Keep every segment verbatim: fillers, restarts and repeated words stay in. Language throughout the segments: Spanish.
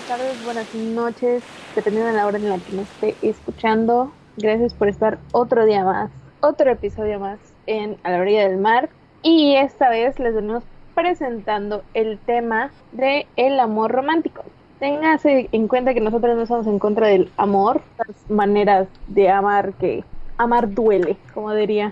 tardes, buenas noches, dependiendo de la hora en la que me esté escuchando. Gracias por estar otro día más, otro episodio más en A la Orilla del Mar. Y esta vez les venimos presentando el tema de el amor romántico. Téngase en cuenta que nosotros no estamos en contra del amor, las maneras de amar que amar duele, como diría.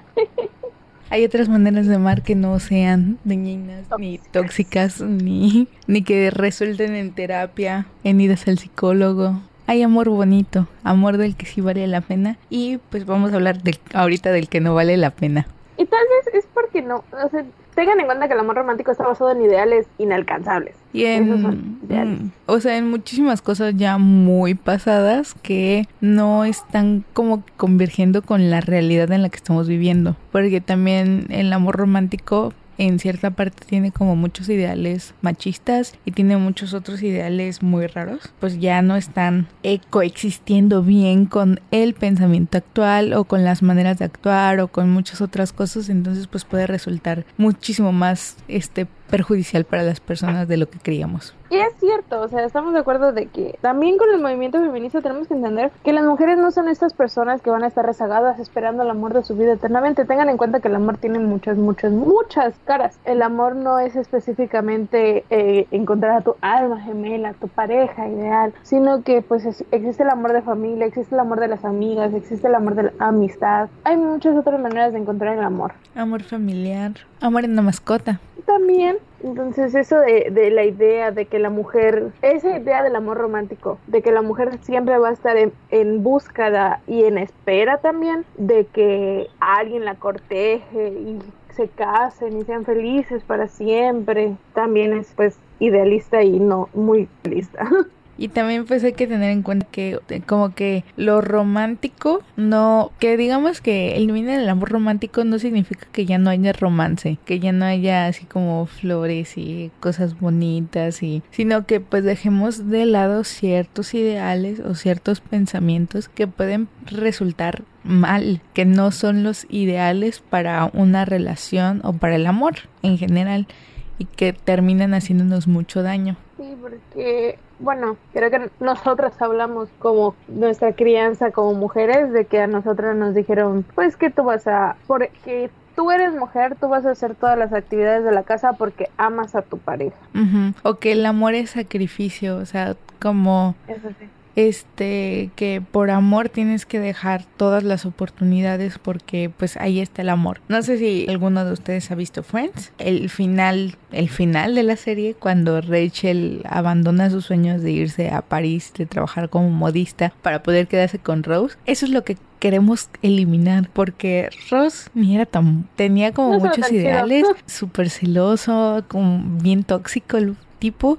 Hay otras maneras de amar que no sean dañinas, ni tóxicas, ni, ni que resulten en terapia, en idas al psicólogo. Hay amor bonito, amor del que sí vale la pena. Y pues vamos a hablar de, ahorita del que no vale la pena. Y tal vez es porque no, o sea, tengan en cuenta que el amor romántico está basado en ideales inalcanzables. Y en, Esos son ideales. mm, o sea, en muchísimas cosas ya muy pasadas que no están como convergiendo con la realidad en la que estamos viviendo. Porque también el amor romántico en cierta parte tiene como muchos ideales machistas y tiene muchos otros ideales muy raros, pues ya no están eh, coexistiendo bien con el pensamiento actual o con las maneras de actuar o con muchas otras cosas. Entonces pues puede resultar muchísimo más este perjudicial para las personas de lo que creíamos. Y es cierto, o sea, estamos de acuerdo de que también con el movimiento feminista tenemos que entender que las mujeres no son estas personas que van a estar rezagadas esperando el amor de su vida eternamente. Tengan en cuenta que el amor tiene muchas, muchas, muchas caras. El amor no es específicamente eh, encontrar a tu alma gemela, a tu pareja ideal, sino que pues es, existe el amor de familia, existe el amor de las amigas, existe el amor de la amistad. Hay muchas otras maneras de encontrar el amor. Amor familiar, amor en una mascota. También, entonces eso de, de la idea de que la mujer, esa idea del amor romántico, de que la mujer siempre va a estar en, en búsqueda y en espera también de que alguien la corteje y se casen y sean felices para siempre, también es pues idealista y no muy realista. Y también pues hay que tener en cuenta que como que lo romántico no, que digamos que eliminar el amor romántico no significa que ya no haya romance, que ya no haya así como flores y cosas bonitas, y sino que pues dejemos de lado ciertos ideales o ciertos pensamientos que pueden resultar mal, que no son los ideales para una relación o para el amor en general y que terminan haciéndonos mucho daño. Sí, porque, bueno, creo que nosotras hablamos como nuestra crianza como mujeres, de que a nosotras nos dijeron, pues que tú vas a, porque tú eres mujer, tú vas a hacer todas las actividades de la casa porque amas a tu pareja. Uh-huh. O que el amor es sacrificio, o sea, como... Eso sí. Este, que por amor tienes que dejar todas las oportunidades porque pues ahí está el amor. No sé si alguno de ustedes ha visto Friends. El final, el final de la serie, cuando Rachel abandona sus sueños de irse a París, de trabajar como modista para poder quedarse con Rose. Eso es lo que queremos eliminar, porque Ross ni era tan, tenía como no muchos ideales, súper celoso, como bien tóxico el tipo,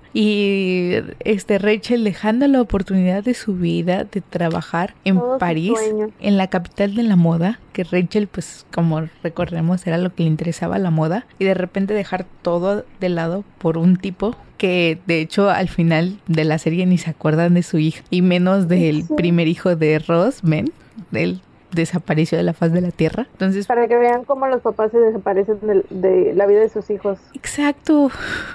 y este Rachel dejando la oportunidad de su vida de trabajar en Todo París, en la capital de la moda, que Rachel pues como recordemos era lo que le interesaba, la moda, y de repente dejar todo de lado por un tipo que de hecho al final de la serie ni se acuerdan de su hija, y menos del sí. primer hijo de Ross, Ben, él desapareció de la faz de la tierra. Entonces, para que vean cómo los papás se desaparecen de, de la vida de sus hijos. Exacto.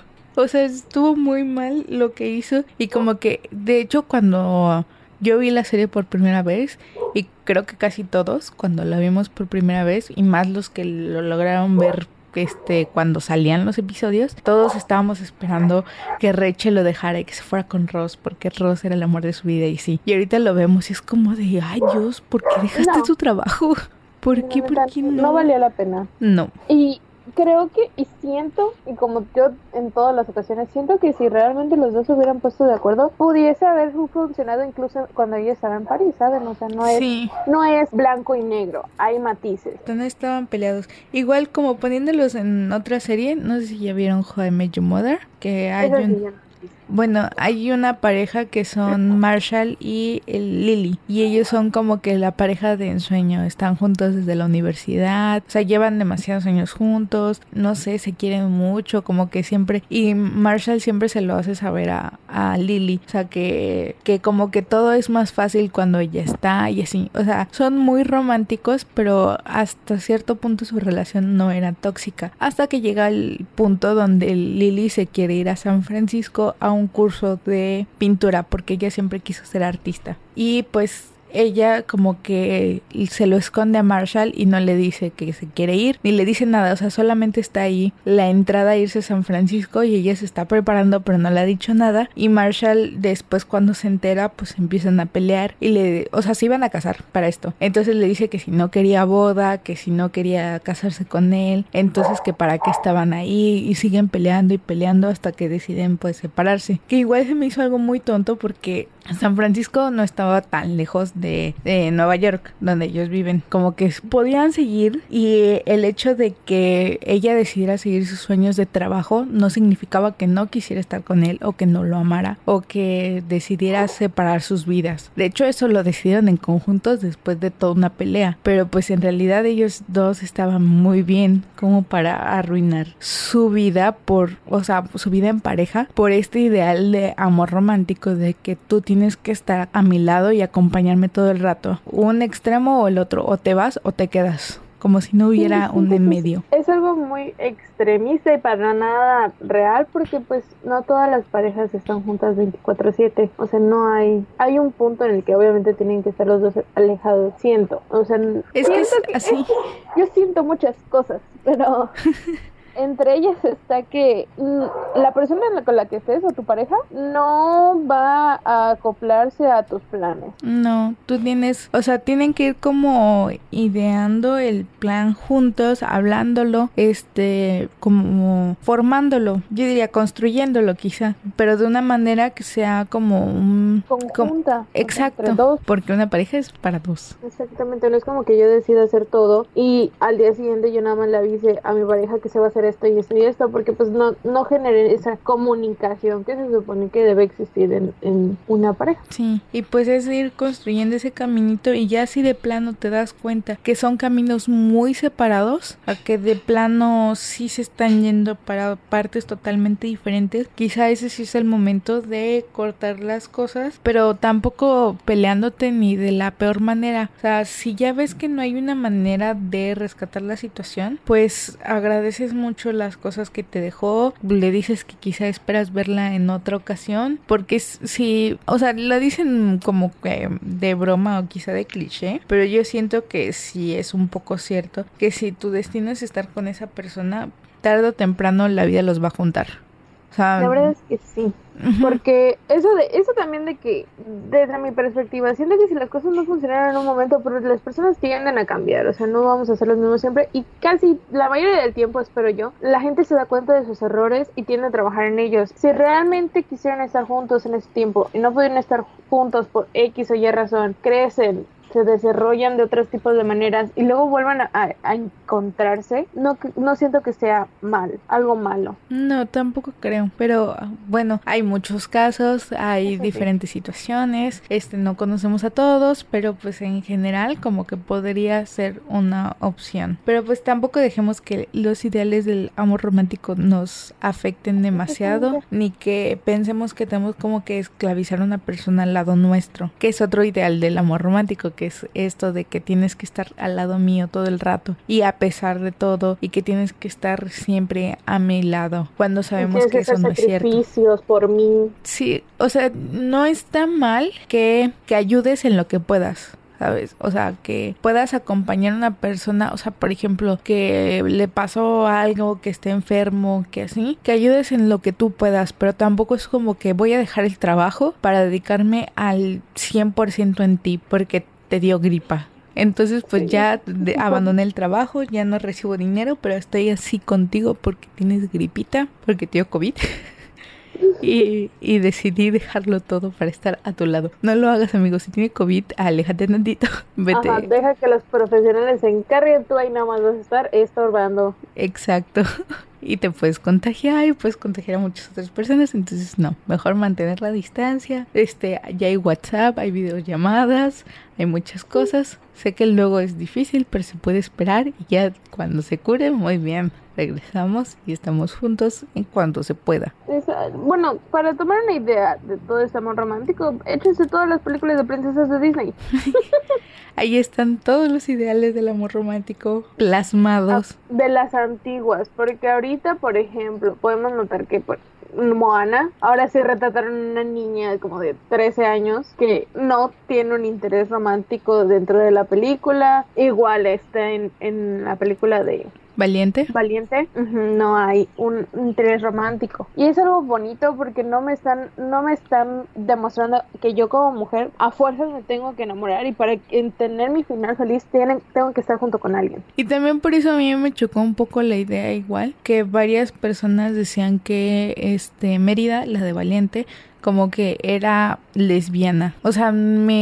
O sea, estuvo muy mal lo que hizo. Y como que, de hecho, cuando yo vi la serie por primera vez, y creo que casi todos, cuando la vimos por primera vez, y más los que lo lograron ver este cuando salían los episodios, todos estábamos esperando que Rachel lo dejara y que se fuera con Ross, porque Ross era el amor de su vida, y sí. Y ahorita lo vemos y es como de, ay Dios, ¿por qué dejaste no. tu trabajo? ¿Por qué? ¿Por qué no? No valía la pena. No. Y creo que, y siento, y como yo en todas las ocasiones, siento que si realmente los dos se hubieran puesto de acuerdo, pudiese haber funcionado incluso cuando ella estaba en París, ¿saben? O sea, no es, sí. no es blanco y negro, hay matices. No estaban peleados. Igual como poniéndolos en otra serie, no sé si ya vieron How I Met Your Mother, que hay un... Sí, bueno, hay una pareja que son Marshall y el Lily, y ellos son como que la pareja de ensueño, están juntos desde la universidad, o sea, llevan demasiados años juntos, no sé, se quieren mucho, como que siempre, y Marshall siempre se lo hace saber a, a Lily, o sea, que, que como que todo es más fácil cuando ella está y así, o sea, son muy románticos, pero hasta cierto punto su relación no era tóxica, hasta que llega el punto donde Lily se quiere ir a San Francisco a un un curso de pintura porque ella siempre quiso ser artista. Y pues ella como que se lo esconde a Marshall y no le dice que se quiere ir, ni le dice nada, o sea, solamente está ahí la entrada a irse a San Francisco y ella se está preparando pero no le ha dicho nada, y Marshall después cuando se entera pues empiezan a pelear y le, o sea, se iban a casar para esto, entonces le dice que si no quería boda, que si no quería casarse con él, entonces que para qué estaban ahí, y siguen peleando y peleando hasta que deciden pues separarse, que igual se me hizo algo muy tonto porque San Francisco no estaba tan lejos de, de Nueva York, donde ellos viven. Como que podían seguir, y el hecho de que ella decidiera seguir sus sueños de trabajo no significaba que no quisiera estar con él o que no lo amara o que decidiera separar sus vidas. De hecho, eso lo decidieron en conjuntos después de toda una pelea. Pero pues en realidad ellos dos estaban muy bien como para arruinar su vida por, o sea, su vida en pareja por este ideal de amor romántico de que tú tienes Tienes que estar a mi lado y acompañarme todo el rato. Un extremo o el otro. O te vas o te quedas. Como si no hubiera sí, sí, un en medio. Es algo muy extremista y para nada real, porque pues no todas las parejas están juntas veinticuatro siete. O sea, no hay... Hay un punto en el que obviamente tienen que estar los dos alejados. Siento. O sea, es que es que así. Es, yo siento muchas cosas, pero... Entre ellas está que la persona con la que estés o tu pareja no va a acoplarse a tus planes. No, tú tienes, o sea, tienen que ir como ideando el plan juntos, hablándolo, este, como formándolo, yo diría construyéndolo quizá, pero de una manera que sea como un... Conjunta. Como, exacto, entre dos. Porque una pareja es para dos. Exactamente, no es como que yo decida hacer todo y al día siguiente yo nada más le avise a mi pareja que se va a hacer esto y esto y esto, porque pues no, no genere esa comunicación que se supone que debe existir en, en una pareja. Sí, y pues es ir construyendo ese caminito, y ya si de plano te das cuenta que son caminos muy separados, a que de plano sí se están yendo para partes totalmente diferentes, quizá ese sí es el momento de cortar las cosas, pero tampoco peleándote ni de la peor manera. O sea, si ya ves que no hay una manera de rescatar la situación, pues agradeces mucho las cosas que te dejó, le dices que quizá esperas verla en otra ocasión, porque si, o sea, lo dicen como que de broma o quizá de cliché, pero yo siento que sí es un poco cierto, que si tu destino es estar con esa persona, tarde o temprano la vida los va a juntar. O sea, la verdad es que sí, uh-huh. Porque eso de eso también de que, desde mi perspectiva, siento que si las cosas no funcionaron en un momento, pero las personas tienden a cambiar, o sea, no vamos a hacer lo mismo siempre, y casi la mayoría del tiempo, espero yo, la gente se da cuenta de sus errores y tiende a trabajar en ellos. Si realmente quisieran estar juntos en ese tiempo y no pudieron estar juntos por X o Y razón, crecen, se desarrollan de otros tipos de maneras y luego vuelvan a, a, a encontrarse, no, no siento que sea mal, algo malo. No, tampoco creo, pero bueno, hay muchos casos, hay Eso diferentes sí. situaciones, este no conocemos a todos, pero pues en general como que podría ser una opción. Pero pues tampoco dejemos que los ideales del amor romántico nos afecten demasiado, ni que pensemos que tenemos como que esclavizar a una persona al lado nuestro, que es otro ideal del amor romántico, que es esto de que tienes que estar al lado mío todo el rato y a pesar de todo, y que tienes que estar siempre a mi lado, cuando sabemos que eso no es cierto. Sacrificios por mí. Sí, o sea, no está mal que, que ayudes en lo que puedas, ¿sabes? O sea, que puedas acompañar a una persona, o sea, por ejemplo, que le pasó algo, que esté enfermo, que así, que ayudes en lo que tú puedas, pero tampoco es como que voy a dejar el trabajo para dedicarme al cien por ciento en ti, porque te dio gripa. Entonces pues ya de, abandoné el trabajo, ya no recibo dinero, pero estoy así contigo porque tienes gripita, porque te dio COVID. Y, y decidí dejarlo todo para estar a tu lado. No lo hagas, amigo. Si tiene COVID, aléjate tantito. Vete. Ajá, deja que los profesionales se encarguen. Tú ahí nada más vas a estar estorbando. Exacto. Y te puedes contagiar y puedes contagiar a muchas otras personas. Entonces no, mejor mantener la distancia. Este, ya hay WhatsApp, hay videollamadas, hay muchas cosas. Sé que luego es difícil, pero se puede esperar. Y ya cuando se cure, muy bien, regresamos y estamos juntos en cuanto se pueda. Esa, bueno, para tomar una idea de todo este amor romántico, échense todas las películas de princesas de Disney. Ahí están todos los ideales del amor romántico plasmados. De las antiguas, porque ahorita, por ejemplo, podemos notar que por, Moana. Ahora sí retrataron una niña como de trece años que no tiene un interés romántico dentro de la película. Igual está en, en la película de Valiente. Valiente, uh-huh, no hay un interés romántico. Y es algo bonito porque no me están, no me están demostrando que yo como mujer a fuerzas me tengo que enamorar y para tener mi final feliz tienen, tengo que estar junto con alguien. Y también por eso a mí me chocó un poco la idea igual, que varias personas decían que este Mérida, la de Valiente, como que era lesbiana. O sea,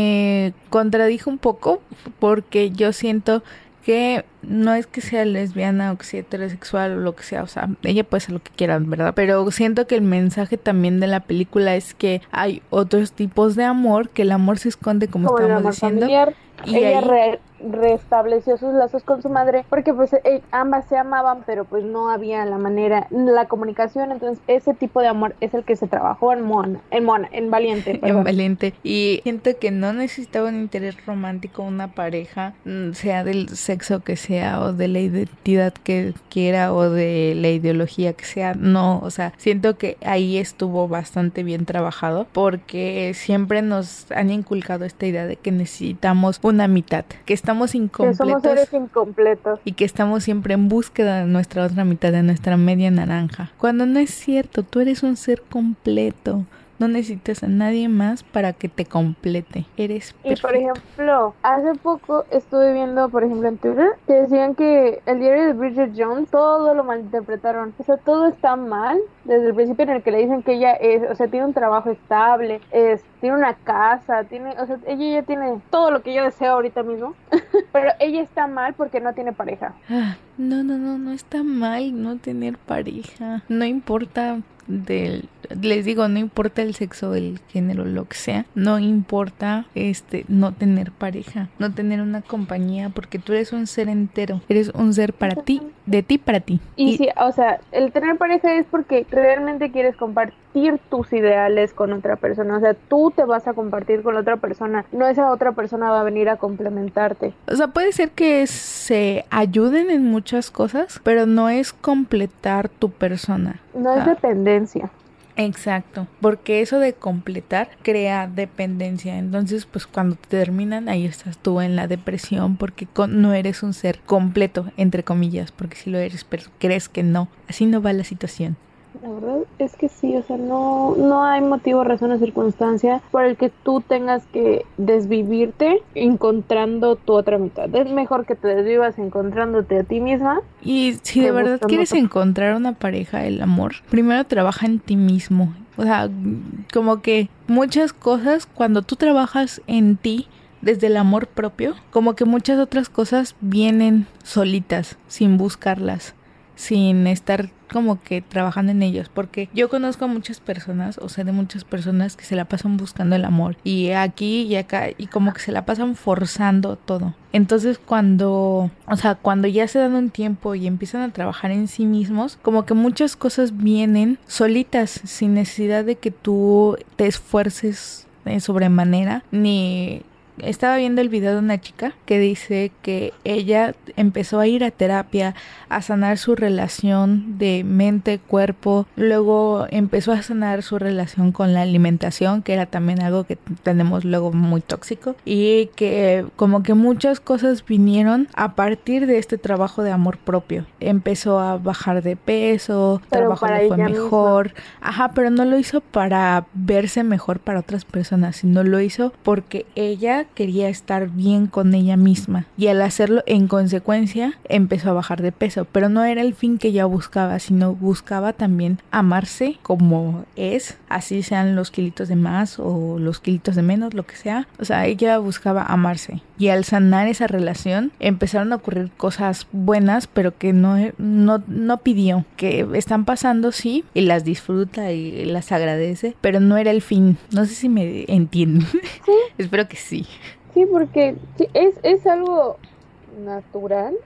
me contradijo un poco porque yo siento que no es que sea lesbiana o que sea heterosexual o lo que sea, o sea, ella puede ser lo que quiera, ¿verdad? Pero siento que el mensaje también de la película es que hay otros tipos de amor, que el amor se esconde, como, como estamos diciendo. Familiar. Y ella ahí... re restableció sus lazos con su madre porque pues eh, ambas se amaban, pero pues no había la manera, la comunicación. Entonces ese tipo de amor es el que se trabajó en Moana, en Moana, en Valiente, perdón. En Valiente. Y siento que no necesitaba un interés romántico, una pareja, sea del sexo que sea o de la identidad que quiera o de la ideología que sea. No, o sea, siento que ahí estuvo bastante bien trabajado porque siempre nos han inculcado esta idea de que necesitamos una mitad, que estamos incompletos. Que somos seres incompletos. Y que estamos siempre en búsqueda de nuestra otra mitad, de nuestra media naranja. Cuando no es cierto, tú eres un ser completo. No necesitas a nadie más para que te complete. Eres perfecto. Y por ejemplo, hace poco estuve viendo, por ejemplo, en Twitter, que decían que el diario de Bridget Jones, todo lo malinterpretaron. O sea, todo está mal desde el principio, en el que le dicen que ella es, o sea, tiene un trabajo estable, es, tiene una casa, tiene, o sea, ella ya tiene todo lo que yo deseo ahorita mismo. Pero ella está mal porque no tiene pareja. No, no, no, no está mal no tener pareja. No importa del, les digo, no importa el sexo, el género, lo que sea, no importa este no tener pareja, no tener una compañía, porque tú eres un ser entero, eres un ser para ti, de ti para ti. Y, y sí, o sea, el tener pareja es porque realmente quieres compartir tus ideales con otra persona, o sea, tú te vas a compartir con otra persona, no esa otra persona va a venir a complementarte. O sea, puede ser que se ayuden en muchas cosas, pero no es completar tu persona. No es ah. dependencia. Exacto, porque eso de completar crea dependencia. Entonces, pues cuando te terminan, ahí estás tú en la depresión porque con, no eres un ser completo, entre comillas, porque si lo eres, pero crees que no. Así no va la situación. La verdad es que sí, o sea, no, no hay motivo, razón o circunstancia por el que tú tengas que desvivirte encontrando tu otra mitad. Es mejor que te desvivas encontrándote a ti misma. Y si de verdad quieres tu... encontrar una pareja, el amor, primero trabaja en ti mismo. O sea, como que muchas cosas, cuando tú trabajas en ti, desde el amor propio, como que muchas otras cosas vienen solitas, sin buscarlas, sin estar como que trabajando en ellos, porque yo conozco a muchas personas, o sea, de muchas personas que se la pasan buscando el amor, y aquí y acá, y como que se la pasan forzando todo. Entonces cuando, o sea, cuando ya se dan un tiempo y empiezan a trabajar en sí mismos, como que muchas cosas vienen solitas, sin necesidad de que tú te esfuerces de sobremanera, ni... Estaba viendo el video de una chica que dice que ella empezó a ir a terapia, a sanar su relación de mente-cuerpo, luego empezó a sanar su relación con la alimentación, que era también algo que tenemos luego muy tóxico, y que como que muchas cosas vinieron a partir de este trabajo de amor propio. Empezó a bajar de peso, el trabajo le fue mejor, misma. Ajá, pero no lo hizo para verse mejor para otras personas, sino lo hizo porque ella quería estar bien con ella misma, y al hacerlo en consecuencia empezó a bajar de peso, pero no era el fin que ella buscaba, sino buscaba también amarse como es, así sean los kilitos de más o los kilitos de menos, lo que sea. O sea, ella buscaba amarse, y al sanar esa relación empezaron a ocurrir cosas buenas, pero que no, no, no pidió, que están pasando sí, y las disfruta y las agradece, pero no era el fin. No sé si me entienden. ¿Sí? Espero que sí. Sí, porque sí, es, es algo natural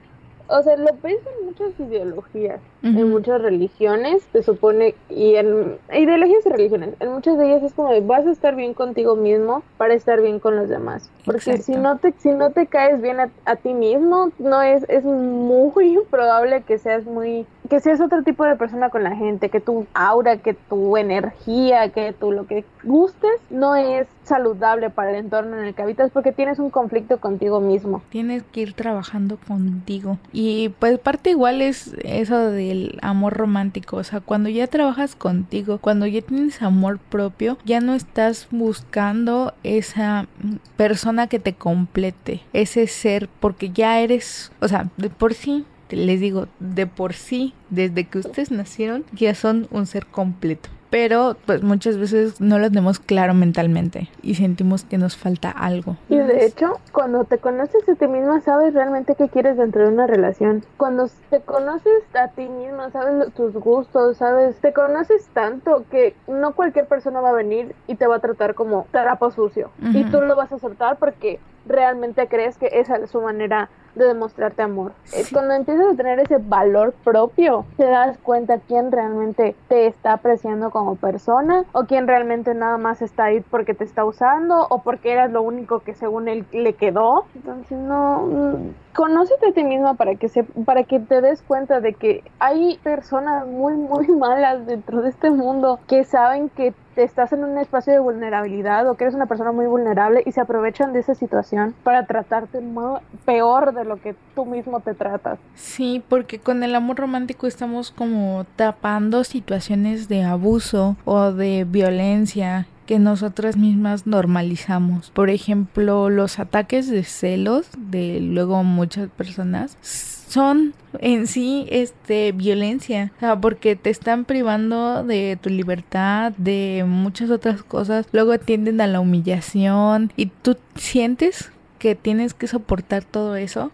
o sea, lo ves en muchas ideologías, uh-huh. en muchas religiones, se supone, y en ideologías y religiones, en muchas de ellas es como de, vas a estar bien contigo mismo para estar bien con los demás, porque Exacto. si no te si no te caes bien a, a ti mismo, no es es muy probable que seas muy que seas otro tipo de persona con la gente, que tu aura, que tu energía, que tu lo que gustes no es saludable para el entorno en el que habitas porque tienes un conflicto contigo mismo. Tienes que ir trabajando contigo. Y pues parte igual es eso del amor romántico, o sea, cuando ya trabajas contigo, cuando ya tienes amor propio, ya no estás buscando esa persona que te complete, ese ser, porque ya eres, o sea, de por sí, les digo, de por sí, desde que ustedes nacieron, ya son un ser completo. Pero pues muchas veces no lo tenemos claro mentalmente y sentimos que nos falta algo. Y de hecho, cuando te conoces a ti misma, sabes realmente qué quieres dentro de una relación. Cuando te conoces a ti misma, sabes tus gustos, sabes, te conoces tanto que no cualquier persona va a venir y te va a tratar como trapo sucio. Uh-huh. Y tú lo vas a soltar porque realmente crees que esa es su manera de demostrarte amor. Sí. Cuando empiezas a tener ese valor propio, te das cuenta quién realmente te está apreciando como persona o quién realmente nada más está ahí porque te está usando o porque eras lo único que según él le quedó. Entonces no, conócete a ti misma para que se, para que te des cuenta de que hay personas muy muy malas dentro de este mundo que saben que te estás en un espacio de vulnerabilidad o que eres una persona muy vulnerable y se aprovechan de esa situación para tratarte más, peor de lo que tú mismo te tratas. Sí, porque con el amor romántico estamos como tapando situaciones de abuso o de violencia que nosotras mismas normalizamos. Por ejemplo, los ataques de celos de luego muchas personas son en sí este violencia, o sea, porque te están privando de tu libertad, de muchas otras cosas, luego tienden a la humillación y tú sientes que tienes que soportar todo eso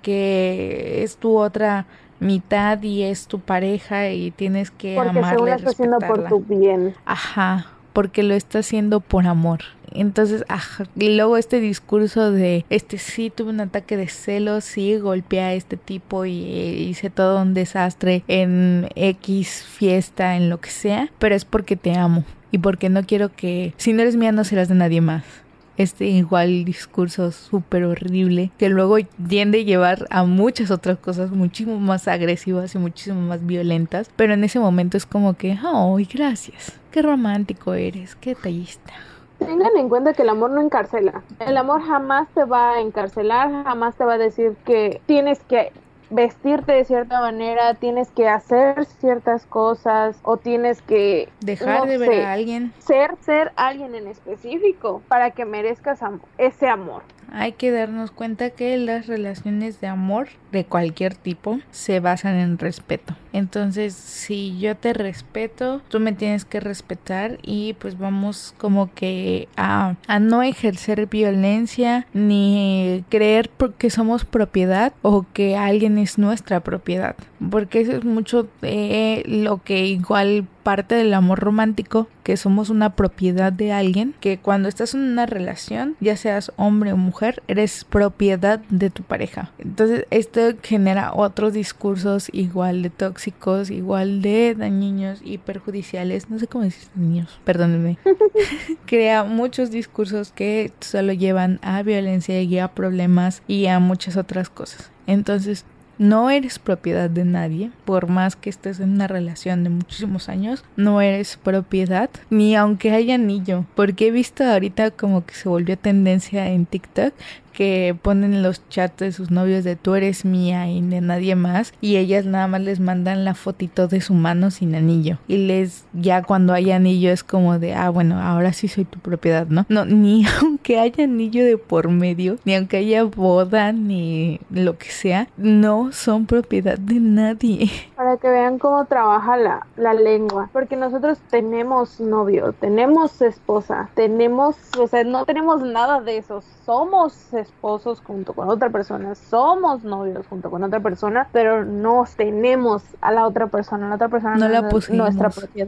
porque es tu otra mitad y es tu pareja y tienes que porque amarla según y lo está haciendo por tu bien. Ajá, porque lo está haciendo por amor. Entonces, ajá, y luego este discurso de, este sí, tuve un ataque de celos, sí, golpeé a este tipo y eh, hice todo un desastre en X fiesta, en lo que sea, pero es porque te amo y porque no quiero que, si no eres mía, no serás de nadie más. Este igual discurso súper horrible que luego tiende a llevar a muchas otras cosas muchísimo más agresivas y muchísimo más violentas, pero en ese momento es como que, ¡ay, gracias! ¡Qué romántico eres! ¡Qué detallista! Tengan en cuenta que el amor no encarcela. El amor jamás te va a encarcelar, jamás te va a decir que tienes que vestirte de cierta manera, tienes que hacer ciertas cosas o tienes que dejar no de ver sé, a alguien, ser ser alguien en específico para que merezcas am- ese amor. Hay que darnos cuenta que las relaciones de amor de cualquier tipo se basan en respeto. Entonces, si yo te respeto, tú me tienes que respetar y pues vamos como que a, a no ejercer violencia ni creer que somos propiedad o que alguien es nuestra propiedad. Porque eso es mucho de lo que igual parte del amor romántico, que somos una propiedad de alguien, que cuando estás en una relación, ya seas hombre o mujer, eres propiedad de tu pareja. Entonces esto genera otros discursos igual de tóxicos, igual de dañinos y perjudiciales, no sé cómo decir niños, perdónenme. Crea muchos discursos que solo llevan a violencia y a problemas y a muchas otras cosas. Entonces no eres propiedad de nadie, por más que estés en una relación de muchísimos años, no eres propiedad, ni aunque haya anillo, porque he visto ahorita como que se volvió tendencia en TikTok que ponen en los chats de sus novios de tú eres mía y de nadie más, y ellas nada más les mandan la fotito de su mano sin anillo, y les, ya cuando hay anillo es como de, ah bueno, ahora sí soy tu propiedad, ¿no? No, ni aunque haya anillo de por medio, ni aunque haya boda, ni lo que sea, no son propiedad de nadie. Para que vean cómo trabaja la, la lengua, porque nosotros tenemos novio, tenemos esposa, tenemos, o sea, no tenemos nada de eso, somos esposos junto con otra persona, somos novios junto con otra persona, pero no tenemos a la otra persona, la otra persona no, no la es poseímos. Nuestra propiedad.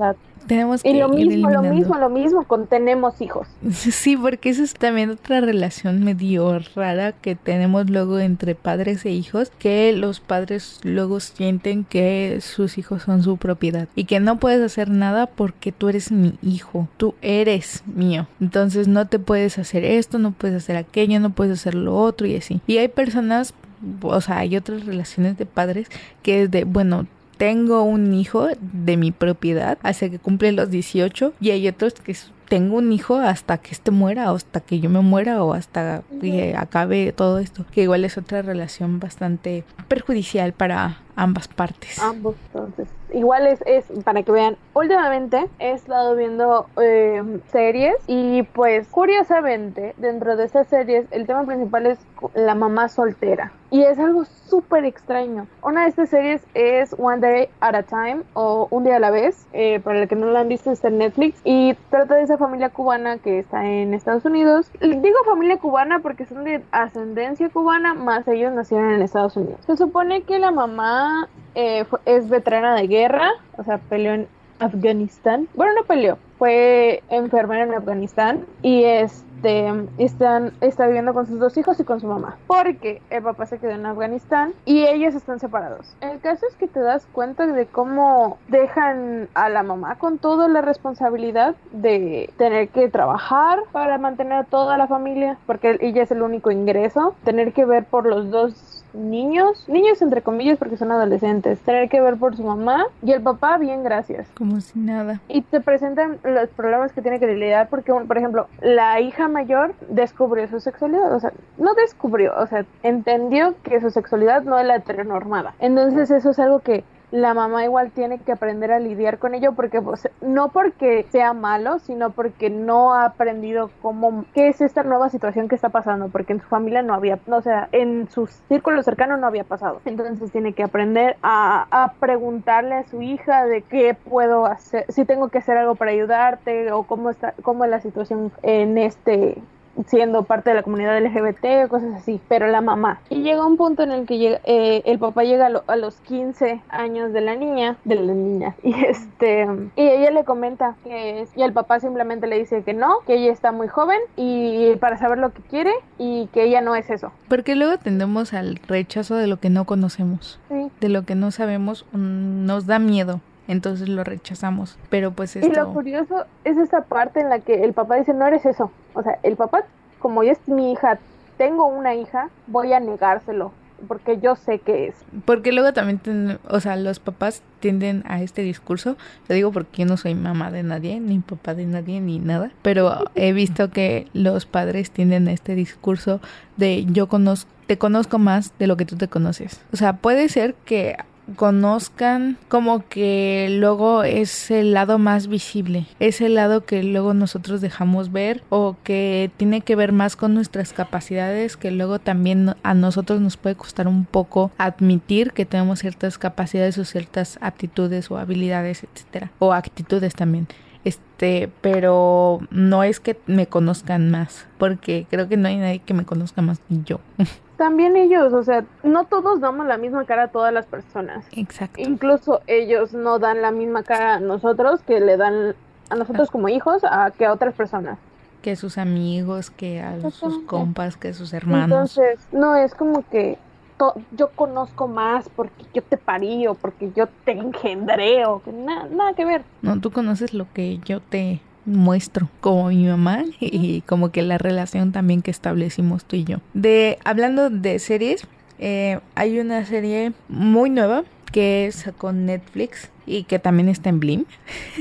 tenemos que y lo ir mismo, lo eliminando. mismo, lo mismo con tenemos hijos. Sí, porque eso es también otra relación medio rara que tenemos luego entre padres e hijos, que los padres luego sienten que sus hijos son su propiedad y que no puedes hacer nada porque tú eres mi hijo, tú eres mío. Entonces no te puedes hacer esto, no puedes hacer aquello, no puedes hacer lo otro y así. Y hay personas, o sea, hay otras relaciones de padres que es de, bueno, tengo un hijo de mi propiedad hasta que cumple los dieciocho y hay otros que tengo un hijo hasta que este muera o hasta que yo me muera o hasta que acabe todo esto, que igual es otra relación bastante perjudicial para ambas partes. Ambos, entonces. Igual es, es para que vean, últimamente he estado viendo eh, series y pues curiosamente dentro de esas series el tema principal es la mamá soltera y es algo súper extraño. Una de estas series es One Day at a Time o Un Día a la Vez, eh, para el que no la han visto está en Netflix y trata de esa familia cubana que está en Estados Unidos. Digo familia cubana porque son de ascendencia cubana, más ellos nacieron en Estados Unidos. Se supone que la mamá eh, fue, es veterana de guerra, o sea, peleó en Afganistán. Bueno, no peleó, fue enfermera en Afganistán y este están está viviendo con sus dos hijos y con su mamá porque el papá se quedó en Afganistán y ellos están separados. El caso es que te das cuenta de cómo dejan a la mamá con toda la responsabilidad de tener que trabajar para mantener a toda la familia porque ella es el único ingreso, tener que ver por los dos niños, niños entre comillas porque son adolescentes, tener que ver por su mamá y el papá bien gracias. Como si nada. Y te presentan los problemas que tiene que lidiar porque, por ejemplo, la hija mayor descubrió su sexualidad, o sea, no descubrió, o sea, entendió que su sexualidad no es la heteronormada. Entonces eso es algo que la mamá igual tiene que aprender a lidiar con ello porque pues, no porque sea malo, sino porque no ha aprendido cómo, qué es esta nueva situación que está pasando, porque en su familia no había, o sea, en su círculo cercano no había pasado. Entonces tiene que aprender a, a preguntarle a su hija de qué puedo hacer, si tengo que hacer algo para ayudarte o cómo está, cómo es la situación en este siendo parte de la comunidad L G B T o cosas así, pero la mamá. Y llega un punto en el que llega, eh, el papá llega a, lo, a los quince años de la niña, de la niña, y este, y ella le comenta que es, y el papá simplemente le dice que no, que ella está muy joven y para saber lo que quiere y que ella no es eso. Porque luego tendemos al rechazo de lo que no conocemos, sí. de lo que no sabemos, um, nos da miedo. Entonces lo rechazamos, pero pues esto... Y lo curioso es esta parte en la que el papá dice, no eres eso. O sea, el papá, como yo es mi hija, tengo una hija, voy a negárselo, porque yo sé que es. Porque luego también, ten, o sea, los papás tienden a este discurso, lo digo porque yo no soy mamá de nadie, ni papá de nadie, ni nada, pero he visto que los padres tienden a este discurso de yo conozco, te conozco más de lo que tú te conoces. O sea, puede ser que conozcan como que luego es el lado más visible, es el lado que luego nosotros dejamos ver o que tiene que ver más con nuestras capacidades, que luego también a nosotros nos puede costar un poco admitir que tenemos ciertas capacidades o ciertas aptitudes o habilidades, etcétera, o actitudes también. Este, pero no es que me conozcan más, porque creo que no hay nadie que me conozca más que yo. También ellos, o sea, no todos damos la misma cara a todas las personas. Exacto. Incluso ellos no dan la misma cara a nosotros que le dan a nosotros como hijos a que a otras personas. Que sus amigos, que a sus compas, que sus hermanos. Entonces, no es como que to- yo conozco más porque yo te parí o porque yo te engendré o que na- nada que ver. No, tú conoces lo que yo te muestro como mi mamá y como que la relación también que establecimos tú y yo. De hablando de series, eh, hay una serie muy nueva que es con Netflix y que también está en Blim.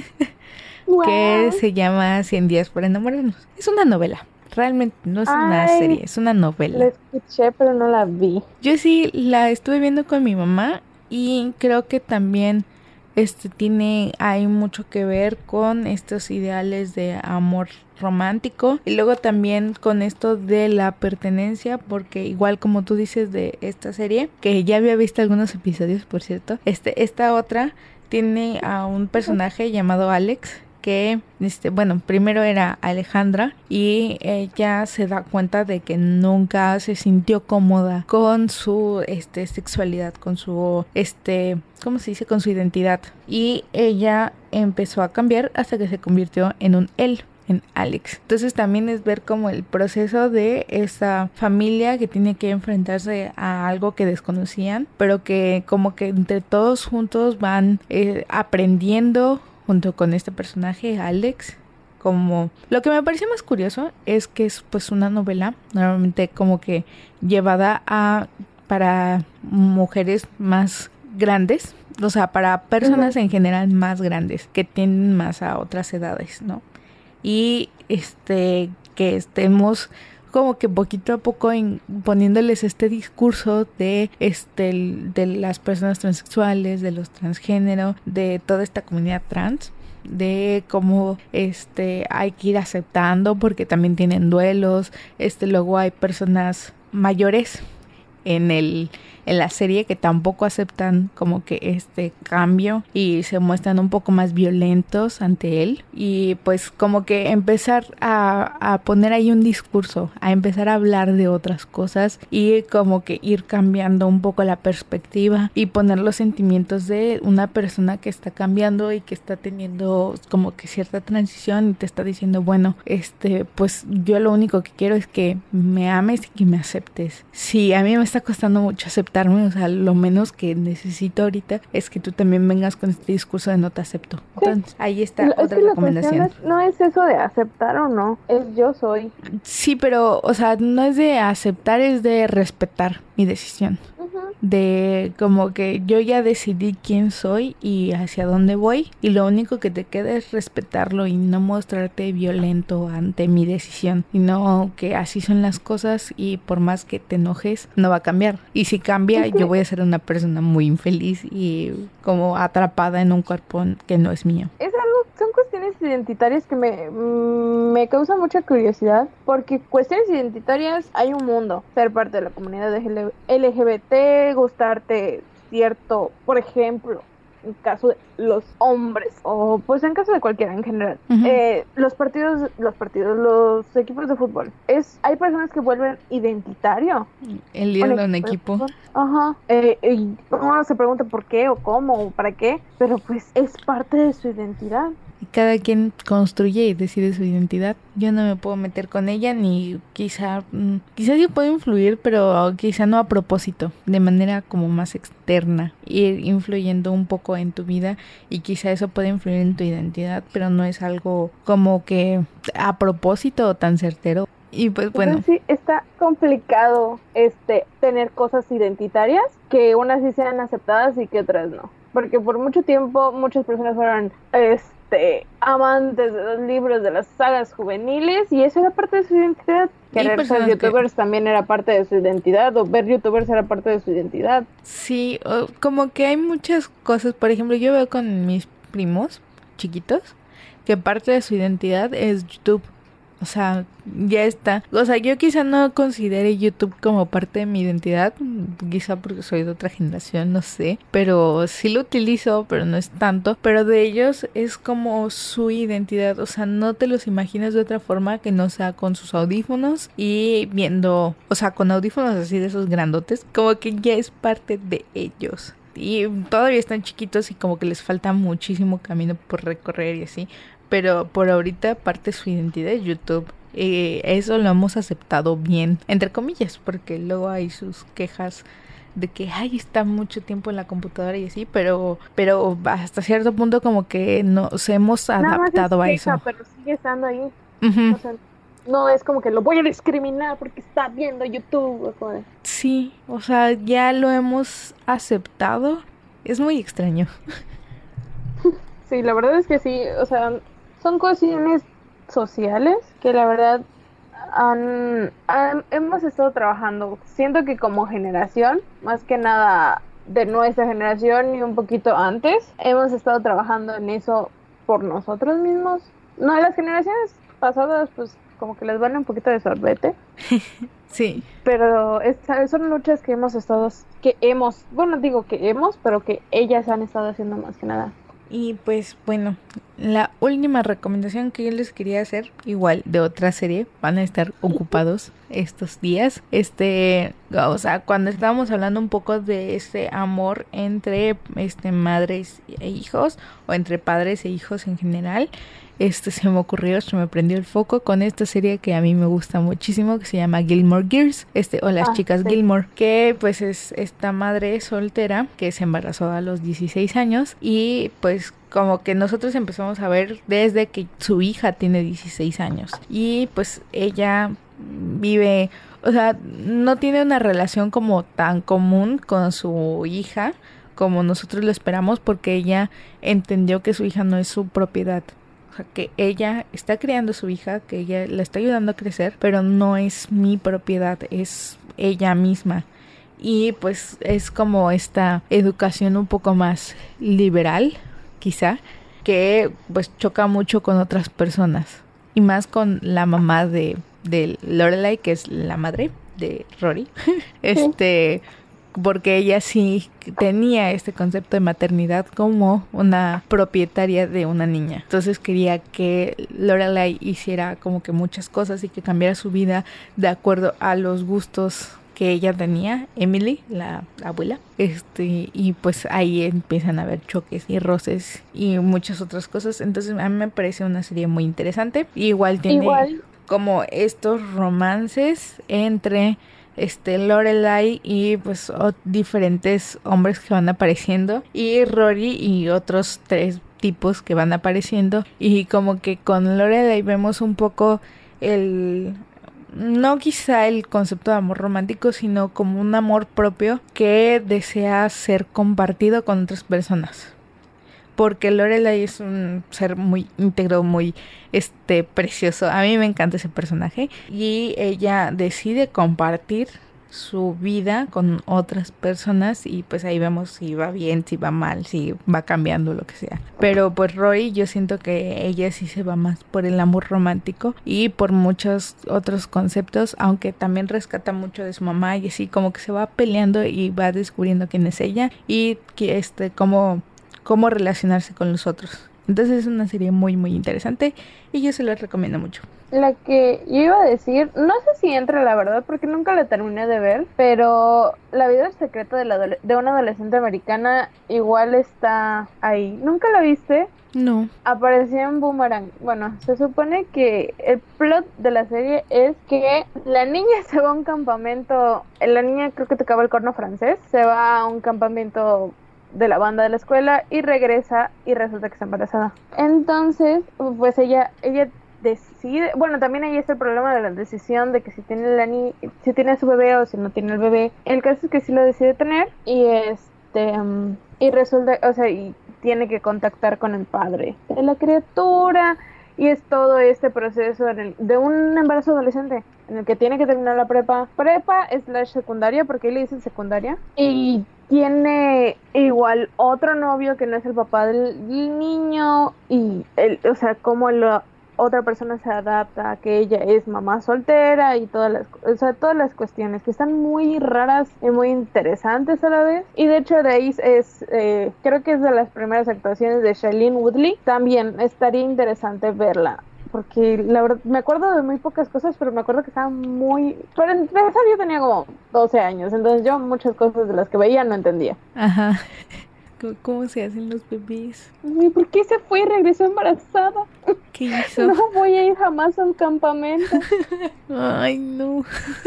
Wow. Que se llama cien días para enamorarnos. Es una novela. Realmente no es una Ay, serie, es una novela. La escuché, pero no la vi. Yo sí la estuve viendo con mi mamá y creo que también este tiene hay mucho que ver con estos ideales de amor romántico y luego también con esto de la pertenencia, porque igual como tú dices de esta serie, que ya había visto algunos episodios, por cierto, este esta otra tiene a un personaje llamado Alex, que, este, bueno, primero era Alejandra y ella se da cuenta de que nunca se sintió cómoda con su, este, sexualidad, con su, este, ¿cómo se dice? Con su identidad. Y ella empezó a cambiar hasta que se convirtió en un él, en Alex. Entonces también es ver como el proceso de esa familia que tiene que enfrentarse a algo que desconocían, pero que como que entre todos juntos van eh, aprendiendo junto con este personaje, Alex. Como lo que me pareció más curioso es que es pues una novela normalmente como que llevada a para mujeres más grandes, o sea, para personas uh-huh. en general más grandes que tienden más a otras edades, ¿no? Y este que estemos como que poquito a poco en, poniéndoles este discurso de este de las personas transexuales, de los transgénero, de toda esta comunidad trans, de cómo este hay que ir aceptando porque también tienen duelos, este luego hay personas mayores en el en la serie que tampoco aceptan como que este cambio y se muestran un poco más violentos ante él, y pues como que empezar a, a poner ahí un discurso, a empezar a hablar de otras cosas y como que ir cambiando un poco la perspectiva y poner los sentimientos de una persona que está cambiando y que está teniendo como que cierta transición y te está diciendo, bueno, este pues yo lo único que quiero es que me ames y que me aceptes. Sí, a mí me está costando mucho aceptar, o sea, lo menos que necesito ahorita es que tú también vengas con este discurso de no te acepto. Entonces, sí. Ahí está es otra que recomendación. No es, no es eso de aceptar o no, es yo soy. Sí, pero, o sea, no es de aceptar, es de respetar mi decisión. De como que yo ya decidí quién soy y hacia dónde voy, y lo único que te queda es respetarlo y no mostrarte violento ante mi decisión, y no que así son las cosas y por más que te enojes no va a cambiar, y si cambia es que yo voy a ser una persona muy infeliz y como atrapada en un cuerpo que no es mío. Es algo, son cuestiones identitarias que me, me causan mucha curiosidad, porque cuestiones identitarias hay un mundo: ser parte de la comunidad L G B T, gustarte cierto, por ejemplo, en caso de los hombres, o pues en caso de cualquiera en general, uh-huh. eh, los partidos, los partidos, los equipos de fútbol, es, hay personas que vuelven identitario el líder de un equipo. Ajá. Eh, y uno se pregunta por qué o cómo o para qué, pero pues es parte de su identidad. Y cada quien construye y decide su identidad. Yo no me puedo meter con ella, ni quizá, quizá sí puedo influir, pero quizá no a propósito, de manera como más externa, ir influyendo un poco en tu vida, y quizá eso puede influir en tu identidad, pero no es algo como que a propósito o tan certero. Y pues bueno. Entonces, sí, está complicado este tener cosas identitarias que unas sí sean aceptadas y que otras no. Porque por mucho tiempo muchas personas fueron este amantes de los libros, de las sagas juveniles, y eso era parte de su identidad. Querer ser youtubers que... también era parte de su identidad, o ver youtubers era parte de su identidad. Sí, como que hay muchas cosas. Por ejemplo, yo veo con mis primos chiquitos que parte de su identidad es YouTube. O sea, ya está. O sea, yo quizá no considere YouTube como parte de mi identidad, quizá porque soy de otra generación, no sé, pero sí lo utilizo, pero no es tanto. Pero de ellos es como su identidad, o sea, no te los imaginas de otra forma que no sea con sus audífonos y viendo, o sea, con audífonos así de esos grandotes, como que ya es parte de ellos. Y todavía están chiquitos y como que les falta muchísimo camino por recorrer y así. Pero por ahorita parte de su identidad es YouTube. Eh, eso lo hemos aceptado bien, entre comillas, porque luego hay sus quejas de que ay, está mucho tiempo en la computadora y así, pero pero hasta cierto punto como que nos hemos adaptado a eso. Pero sigue estando ahí. Uh-huh. O sea, no es como que lo voy a discriminar porque está viendo YouTube. O sea. Sí, o sea, ya lo hemos aceptado. Es muy extraño. Sí, la verdad es que sí, o sea, son cuestiones sociales que la verdad han, han, hemos estado trabajando. Siento que como generación, más que nada de nuestra generación y un poquito antes, hemos estado trabajando en eso por nosotros mismos. No, las generaciones pasadas pues como que les van un poquito de sorbete. Sí. Pero es, son luchas que hemos estado, que hemos, bueno digo que hemos, pero que ellas han estado haciendo más que nada. Y pues bueno, la última recomendación que yo les quería hacer, igual de otra serie, van a estar ocupados estos días. Este, o sea, cuando estábamos hablando un poco de este amor entre este madres e hijos, o entre padres e hijos en general, este se me ocurrió, se me prendió el foco con esta serie que a mí me gusta muchísimo, que se llama Gilmore Girls, este, o Las ah, Chicas sí. Gilmore, que pues es esta madre soltera que se embarazó a los dieciséis años y pues como que nosotros empezamos a ver desde que su hija tiene dieciséis años y pues ella vive, o sea, no tiene una relación como tan común con su hija como nosotros lo esperamos, porque ella entendió que su hija no es su propiedad. Que ella está criando a su hija, que ella la está ayudando a crecer, pero no es mi propiedad, es ella misma. Y pues es como esta educación un poco más liberal, quizá, que pues choca mucho con otras personas. Y más con la mamá de, de Lorelai, que es la madre de Rory. este... porque ella sí tenía este concepto de maternidad como una propietaria de una niña. Entonces quería que Lorelai hiciera como que muchas cosas y que cambiara su vida de acuerdo a los gustos que ella tenía, Emily, la abuela. Este, y pues ahí empiezan a haber choques y roces y muchas otras cosas. Entonces a mí me parece una serie muy interesante. Igual tiene Igual. como estos romances entre este Lorelai y pues o, diferentes hombres que van apareciendo, y Rory y otros tres tipos que van apareciendo, y como que con Lorelai vemos un poco el, no quizá el concepto de amor romántico, sino como un amor propio que desea ser compartido con otras personas. Porque Lorelai es un ser muy íntegro, muy este precioso. A mí me encanta ese personaje. Y ella decide compartir su vida con otras personas. Y pues ahí vemos si va bien, si va mal, si va cambiando, lo que sea. Pero pues Rory, yo siento que ella sí se va más por el amor romántico y por muchos otros conceptos. Aunque también rescata mucho de su mamá. Y así como que se va peleando y va descubriendo quién es ella. Y que este cómo... cómo relacionarse con los otros. Entonces es una serie muy muy interesante y yo se la recomiendo mucho. La que yo iba a decir, no sé si entra la verdad porque nunca la terminé de ver, pero La vida secreta de, la de una adolescente americana igual está ahí. ¿Nunca la viste? No. Apareció en Boomerang. Bueno, se supone que el plot de la serie es que la niña se va a un campamento, la niña creo que tocaba el corno francés, se va a un campamento de la banda de la escuela y regresa y resulta que está embarazada. Entonces, pues ella ella decide, bueno, también ahí está el problema de la decisión de que si tiene la ni si tiene su bebé o si no tiene el bebé. El caso es que sí lo decide tener y este um, y resulta, o sea, y tiene que contactar con el padre de la criatura. Y es todo este proceso en el, de un embarazo adolescente, en el que tiene que terminar la prepa. Prepa slash secundaria, porque ahí le dicen secundaria. Y tiene igual otro novio que no es el papá del, del niño. Y, el, o sea, cómo la otra persona se adapta a que ella es mamá soltera y todas las, o sea, todas las cuestiones que están muy raras y muy interesantes a la vez. Y de hecho de ahí es, eh, creo que es de las primeras actuaciones de Shailene Woodley. También estaría interesante verla, porque la verdad me acuerdo de muy pocas cosas, pero me acuerdo que estaba muy... Para empezar yo tenía como doce años, entonces yo muchas cosas de las que veía no entendía. Ajá. ¿Cómo se hacen los bebés? ¿Y por qué se fue y regresó embarazada? ¿Qué hizo? No voy a ir jamás a un campamento. Ay, no.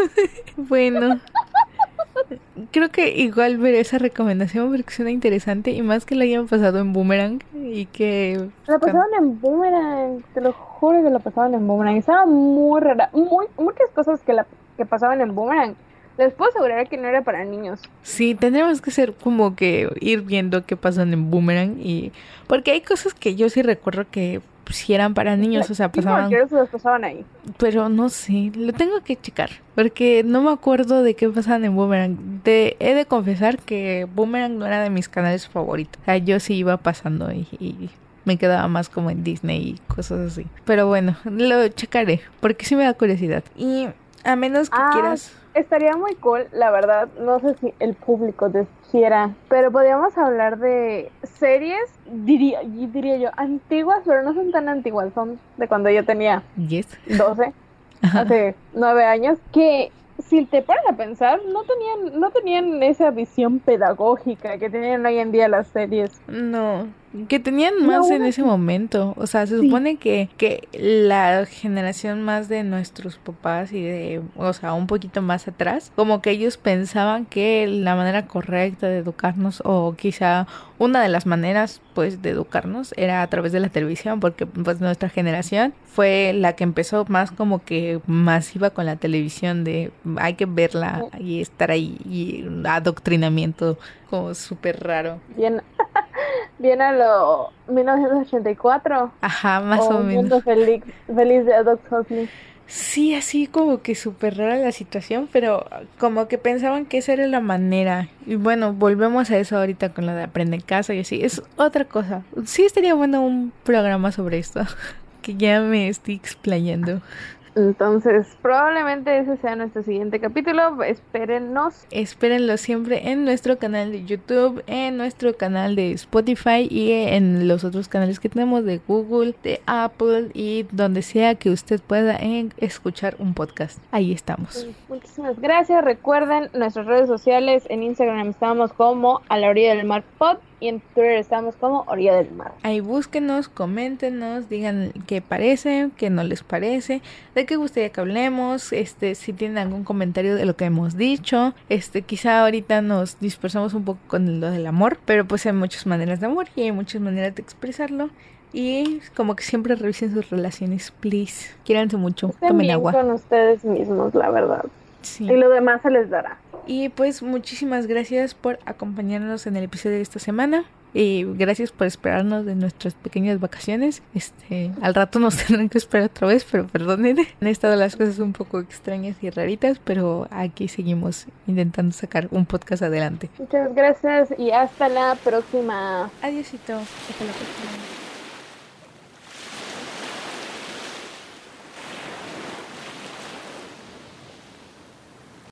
Bueno, creo que igual veré esa recomendación porque suena interesante, y más que la hayan pasado en Boomerang y que... La pasaban en Boomerang, te lo juro que la pasaban en Boomerang. Estaba muy rara. Muy, muchas cosas que, la, que pasaban en Boomerang les puedo asegurar que no era para niños. Sí, tendríamos que ser como que ir viendo qué pasan en Boomerang, y porque hay cosas que yo sí recuerdo que sí eran para niños, la, o sea, pasaban... Sí, los pasaban ahí. Pero no sé, lo tengo que checar, porque no me acuerdo de qué pasaban en Boomerang. De, he de confesar que Boomerang no era de mis canales favoritos. O sea, yo sí iba pasando y... y me quedaba más como en Disney y cosas así. Pero bueno, lo checaré, porque sí me da curiosidad. Y a menos que ah. quieras... estaría muy cool, la verdad. No sé si el público quisiera, pero podríamos hablar de series, diría, diría yo, antiguas, pero no son tan antiguas, son de cuando yo tenía yes. doce, hace nueve años, que si te pones a pensar, no tenían, no tenían esa visión pedagógica que tienen hoy en día las series. No, que tenían más no, en ese momento. O sea, se sí. supone que, que la generación más de nuestros papás y de, o sea, un poquito más atrás, como que ellos pensaban que la manera correcta de educarnos, o quizá una de las maneras, pues, de educarnos era a través de la televisión, porque pues nuestra generación fue la que empezó más como que masiva con la televisión, de hay que verla y estar ahí, y adoctrinamiento como súper raro. Bien, bien a lo mil novecientos ochenta y cuatro. Ajá, más o, o menos. Mundo feliz, feliz de Aldous Huxley. Sí, así como que súper rara la situación, pero como que pensaban que esa era la manera. Y bueno, volvemos a eso ahorita con lo de Aprende en Casa y así. Es otra cosa. Sí estaría bueno un programa sobre esto, que ya me estoy explayando. Entonces, probablemente ese sea nuestro siguiente capítulo. Espérennos. Espérenlo siempre en nuestro canal de YouTube, en nuestro canal de Spotify y en los otros canales que tenemos de Google, de Apple y donde sea que usted pueda escuchar un podcast. Ahí estamos. Muchísimas gracias. Recuerden nuestras redes sociales. En Instagram estamos como A la Orilla del Mar Pod. Y en Twitter estamos como Orilla del Mar. Ahí búsquenos, coméntenos, digan qué parece, qué no les parece, de qué gustaría que hablemos, este, si tienen algún comentario de lo que hemos dicho. Este, quizá ahorita nos dispersamos un poco con lo del amor, pero pues hay muchas maneras de amor y hay muchas maneras de expresarlo. Y como que siempre revisen sus relaciones, please. Quiéranse mucho, Estén tomen bien agua. Con ustedes mismos, la verdad. Sí. Y lo demás se les dará. Y pues muchísimas gracias por acompañarnos en el episodio de esta semana. Y gracias por esperarnos de nuestras pequeñas vacaciones. Este, al rato nos tendrán que esperar otra vez, pero perdonen. Han estado las cosas un poco extrañas y raritas, pero aquí seguimos intentando sacar un podcast adelante. Muchas gracias y hasta la próxima. Adiósito. Hasta la próxima.